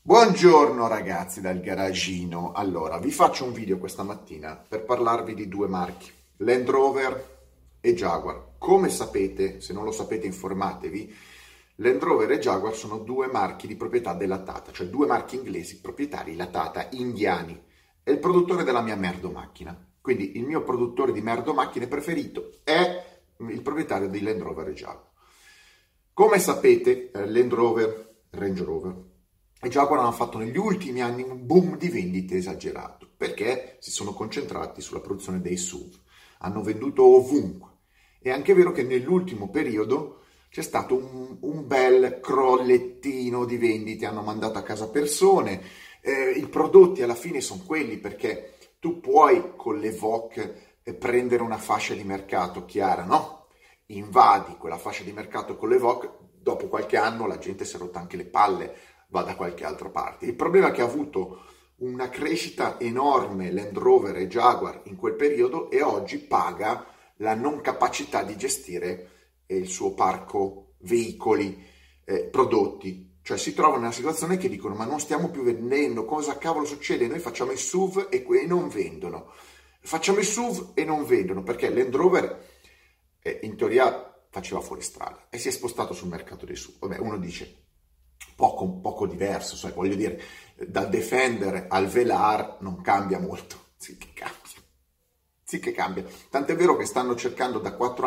Buongiorno ragazzi dal garagino. Allora, vi faccio un video questa mattina per parlarvi di due marchi, Land Rover e Jaguar. Come sapete, se non lo sapete informatevi, Land Rover e Jaguar sono due marchi di proprietà della Tata, cioè due marchi inglesi proprietari, la Tata, indiani. È il produttore della mia merdo macchina. Quindi il mio produttore di merdo macchine preferito è il proprietario di Land Rover e Jaguar. Come sapete, Land Rover, Range Rover e Jaguar hanno fatto negli ultimi anni un boom di vendite esagerato perché si sono concentrati sulla produzione dei SUV. Hanno venduto ovunque. È anche vero che nell'ultimo periodo c'è stato un bel crollettino di vendite, hanno mandato a casa persone. I prodotti alla fine sono quelli perché tu puoi con l'Evoque prendere una fascia di mercato chiara, no? Invadi quella fascia di mercato con l'Evoque, dopo qualche anno la gente si è rotta anche le palle, va da qualche altra parte. Il problema è che ha avuto una crescita enorme Land Rover e Jaguar in quel periodo e oggi paga la non capacità di gestire il suo parco veicoli, prodotti. Cioè si trovano in una situazione che dicono ma non stiamo più vendendo, cosa cavolo succede? Noi facciamo i SUV e non vendono. Facciamo i SUV e non vendono perché Land Rover in teoria faceva fuori strada e si è spostato sul mercato dei SUV. Vabbè, uno dice poco diverso, cioè, voglio dire, dal Defender al Velar non cambia molto, sì che cambia, sì che cambia. Tant'è vero che stanno cercando da 4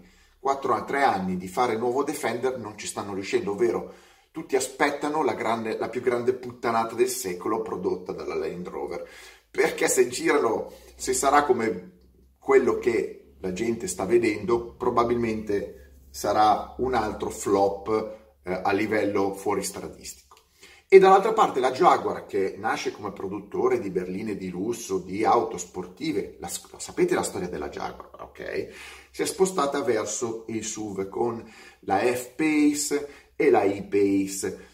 a 3 anni di fare nuovo Defender, non ci stanno riuscendo, ovvero tutti aspettano la più grande puttanata del secolo prodotta dalla Land Rover, perché se sarà come quello che la gente sta vedendo, probabilmente sarà un altro flop a livello fuoristradistico. E dall'altra parte la Jaguar, che nasce come produttore di berline di lusso, di auto sportive, sapete la storia della Jaguar, ok? Si è spostata verso il SUV con la F-Pace e la E-Pace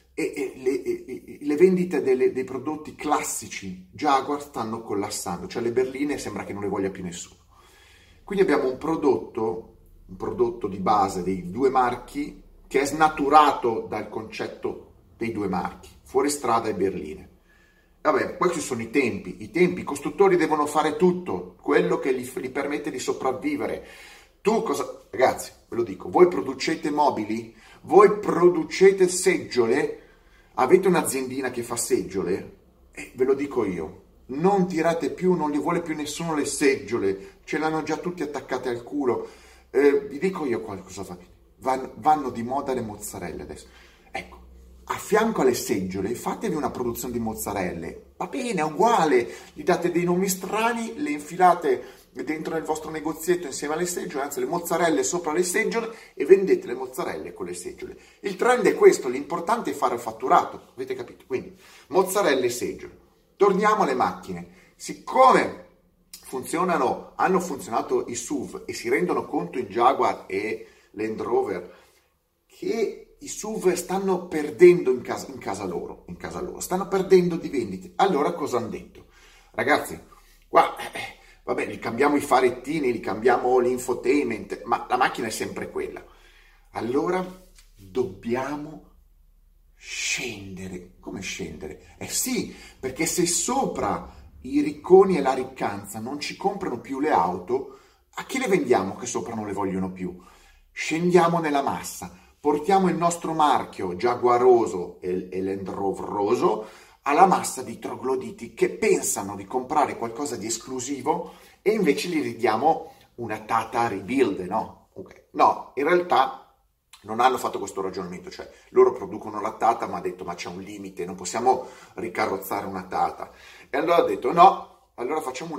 e le vendite di prodotti classici Jaguar stanno collassando, cioè le berline sembra che non le voglia più nessuno. Quindi abbiamo un prodotto di base dei due marchi che è snaturato dal concetto dei due marchi, fuoristrada e berline. Vabbè, poi ci sono i tempi, i costruttori devono fare tutto, quello che gli permette di sopravvivere. Ragazzi, ve lo dico, voi producete mobili? Voi producete seggiole? Avete un'aziendina che fa seggiole? Ve lo dico io, non tirate più, non gli vuole più nessuno le seggiole, ce l'hanno già tutti attaccate al culo. Vi dico io qualcosa fa. Vanno di moda le mozzarelle adesso. Ecco, a fianco alle seggiole fatevi una produzione di mozzarelle. Va bene, è uguale. Gli date dei nomi strani, le infilate dentro nel vostro negozietto insieme alle seggiole, anzi le mozzarelle sopra le seggiole e vendete le mozzarelle con le seggiole. Il trend è questo, l'importante è fare il fatturato, avete capito? Quindi mozzarelle e seggiole. Torniamo alle macchine. Siccome hanno funzionato i SUV e si rendono conto in Jaguar e Land Rover che i SUV stanno perdendo in casa loro, stanno perdendo di vendite. Allora cosa hanno detto? Ragazzi, qua vabbè, li cambiamo i farettini, li cambiamo l'infotainment, ma la macchina è sempre quella. Allora dobbiamo scendere. Come scendere? Eh sì, perché se sopra i ricconi e la riccanza non ci comprano più le auto, a chi le vendiamo che sopra non le vogliono più? Scendiamo nella massa, portiamo il nostro marchio giaguaroso e Land Roveroso alla massa di trogloditi che pensano di comprare qualcosa di esclusivo e invece gli ridiamo una Tata Rebuild, no? Okay. No, in realtà non hanno fatto questo ragionamento, cioè loro producono la Tata ma ha detto ma c'è un limite, non possiamo ricarrozzare una Tata. E allora ha detto no, allora facciamo un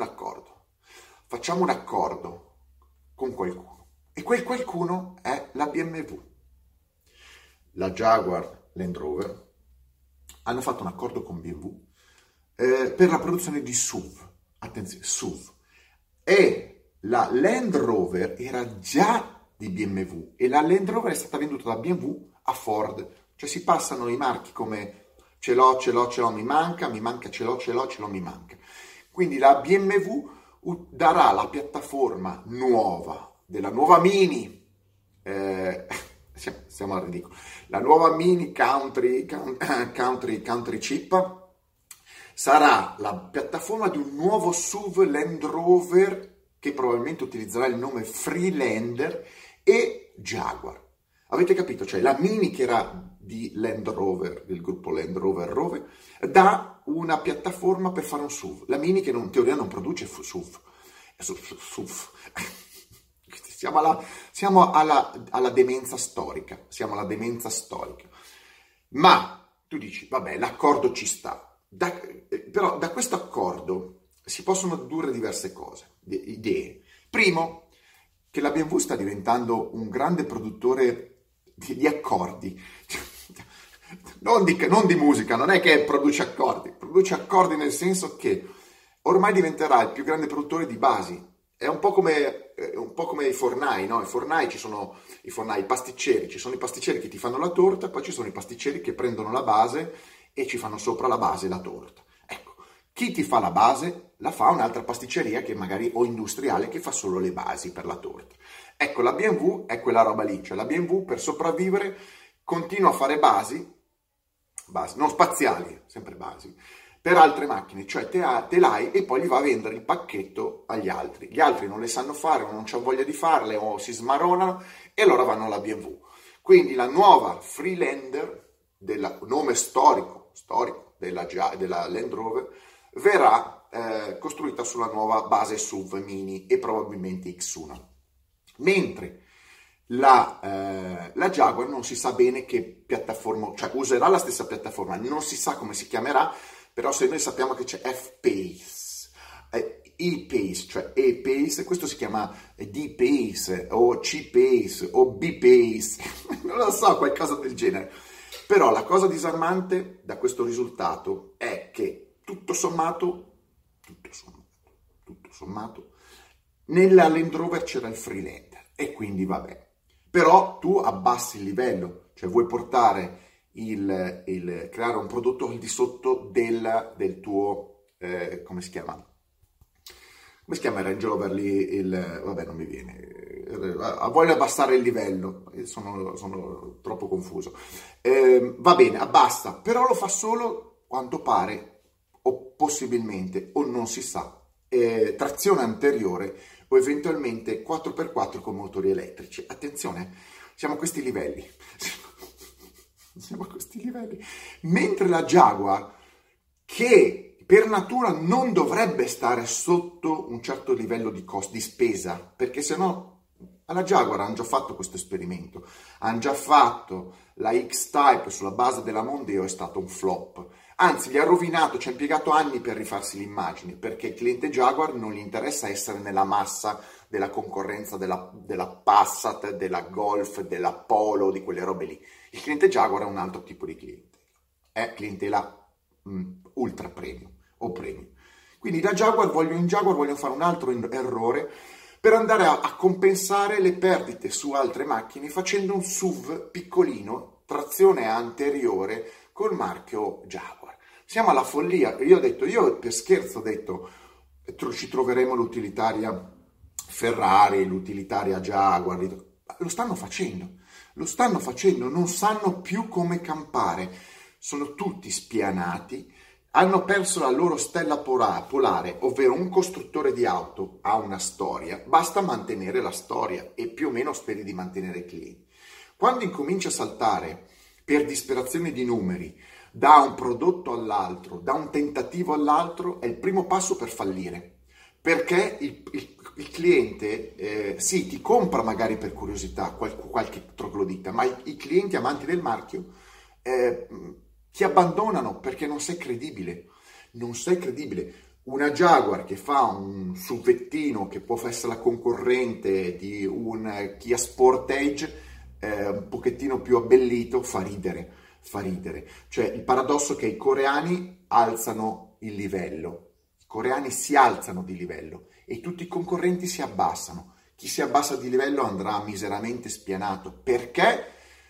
accordo con qualcuno. E quel qualcuno è la BMW. La Jaguar Land Rover hanno fatto un accordo con BMW per la produzione di SUV. Attenzione, SUV. E la Land Rover era già di BMW e la Land Rover è stata venduta da BMW a Ford. Cioè si passano i marchi come ce l'ho, mi manca, ce l'ho, mi manca. Quindi la BMW darà la piattaforma nuova della nuova Mini stiamo al ridicolo. La nuova Mini Country Chip sarà la piattaforma di un nuovo SUV Land Rover che probabilmente utilizzerà il nome Freelander e Jaguar. Avete capito? Cioè la Mini che era di Land Rover, del gruppo Land Rover, dà una piattaforma per fare un SUV. La Mini che in teoria non produce SUV. Siamo alla demenza storica. Siamo alla demenza storica. Ma tu dici, vabbè, l'accordo ci sta. Però da questo accordo si possono dedurre diverse cose, idee. Primo, che la BMW sta diventando un grande produttore di accordi. Non di musica, non è che produce accordi nel senso che ormai diventerà il più grande produttore di basi. È un po' come i fornai, no? I fornai ci sono i pasticceri, ci sono i pasticceri che ti fanno la torta, poi ci sono i pasticceri che prendono la base e ci fanno sopra la base la torta. Ecco, chi ti fa la base la fa un'altra pasticceria che magari o industriale che fa solo le basi per la torta. Ecco, la BMW è quella roba lì, cioè la BMW per sopravvivere continua a fare basi, non spaziali, sempre basi, per altre macchine, cioè te l'hai e poi gli va a vendere il pacchetto agli altri. Gli altri non le sanno fare o non c'hanno voglia di farle o si smaronano e allora vanno alla BMW. Quindi la nuova Freelander, del nome storico della Land Rover, verrà costruita sulla nuova base SUV Mini e probabilmente X1. Mentre la Jaguar non si sa bene che piattaforma, cioè userà la stessa piattaforma, non si sa come si chiamerà, però se noi sappiamo che c'è F-Pace, E-Pace, cioè E-Pace, questo si chiama D-Pace o C-Pace o B-Pace, non lo so, qualcosa del genere. Però la cosa disarmante da questo risultato è che tutto sommato, nella Land Rover c'era il Freelander e quindi vabbè. Però tu abbassi il livello, cioè vuoi portare creare un prodotto al di sotto del tuo, come si chiama? Come si chiama il Range Rover lì? Vabbè, non mi viene. Voglio abbassare il livello, sono troppo confuso. Va bene, abbassa, però lo fa solo, quanto pare, o possibilmente, o non si sa, trazione anteriore o eventualmente 4x4 con motori elettrici. Attenzione, siamo a questi livelli. Siamo a questi livelli. Mentre la Jaguar, che per natura non dovrebbe stare sotto un certo livello di spesa, perché sennò alla Jaguar hanno già fatto questo esperimento, hanno già fatto la X-Type sulla base della Mondeo, è stato un flop, anzi gli ha rovinato, ci ha impiegato anni per rifarsi l'immagine, perché il cliente Jaguar non gli interessa essere nella massa della concorrenza della Passat, della Golf, della Polo, di quelle robe lì. Il cliente Jaguar è un altro tipo di cliente, è clientela ultra premium o premium. Quindi in Jaguar vogliono fare un altro errore per andare a compensare le perdite su altre macchine facendo un SUV piccolino, trazione anteriore col marchio Jaguar. Siamo alla follia. Io per scherzo ho detto ci troveremo l'utilitaria Ferrari, l'utilitaria Jaguar. Lo stanno facendo, non sanno più come campare, sono tutti spianati, hanno perso la loro stella polare, ovvero un costruttore di auto ha una storia, basta mantenere la storia e più o meno speri di mantenere i clienti. Quando incominci a saltare per disperazione di numeri da un prodotto all'altro, da un tentativo all'altro, è il primo passo per fallire, perché il cliente sì, ti compra magari per curiosità qualche troglodita, ma i clienti amanti del marchio ti abbandonano perché non sei credibile. Una Jaguar che fa un SUVettino che può essere la concorrente di un Kia Sportage un pochettino più abbellito fa ridere. Cioè il paradosso è che i coreani alzano il livello, i coreani si alzano di livello e tutti i concorrenti si abbassano. Chi si abbassa di livello andrà miseramente spianato perché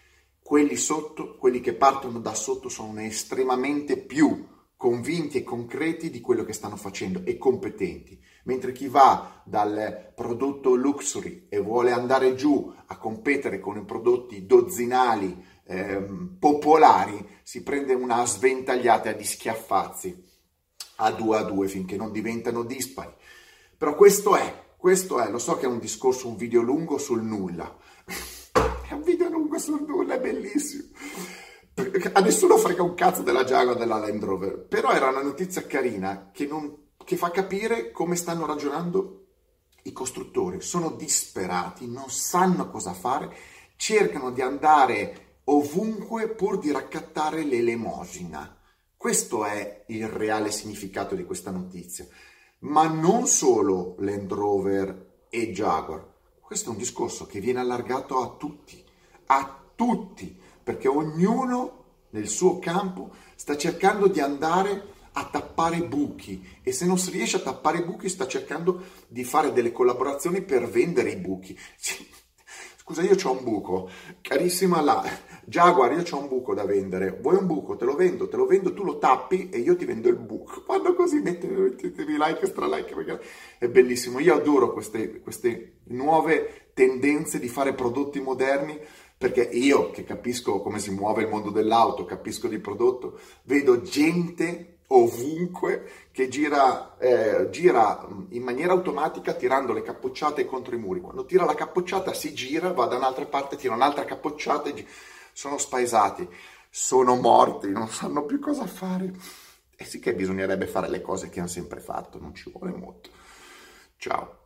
quelli che partono da sotto sono estremamente più convinti e concreti di quello che stanno facendo e competenti. mentre chi va dal prodotto luxury e vuole andare giù a competere con i prodotti dozzinali popolari si prende una sventagliata di schiaffazzi a due finché non diventano dispari. Però questo è, lo so che è un discorso, un video lungo sul nulla, è un video lungo sul nulla, è bellissimo. A nessuno frega un cazzo della Jaguar, della Land Rover, però era una notizia carina che fa capire come stanno ragionando i costruttori. Sono disperati, non sanno cosa fare, cercano di andare ovunque pur di raccattare l'elemosina. Questo è il reale significato di questa notizia. Ma non solo Land Rover e Jaguar. Questo è un discorso che viene allargato a tutti, perché ognuno nel suo campo sta cercando di andare a tappare buchi e se non si riesce a tappare buchi sta cercando di fare delle collaborazioni per vendere i buchi. Scusa, io c'ho un buco, carissima la Jaguar, io c'ho un buco da vendere, vuoi un buco? Te lo vendo, tu lo tappi e io ti vendo il buco. Quando così mettetevi like, stralike, perché è bellissimo. Io adoro queste nuove tendenze di fare prodotti moderni, perché io che capisco come si muove il mondo dell'auto, capisco di prodotto, vedo gente ovunque che gira in maniera automatica tirando le capocciate contro i muri. Quando tira la capocciata si gira, va da un'altra parte, tira un'altra capocciata e sono spaesati, sono morti, non sanno più cosa fare. E sì che bisognerebbe fare le cose che hanno sempre fatto, non ci vuole molto. Ciao.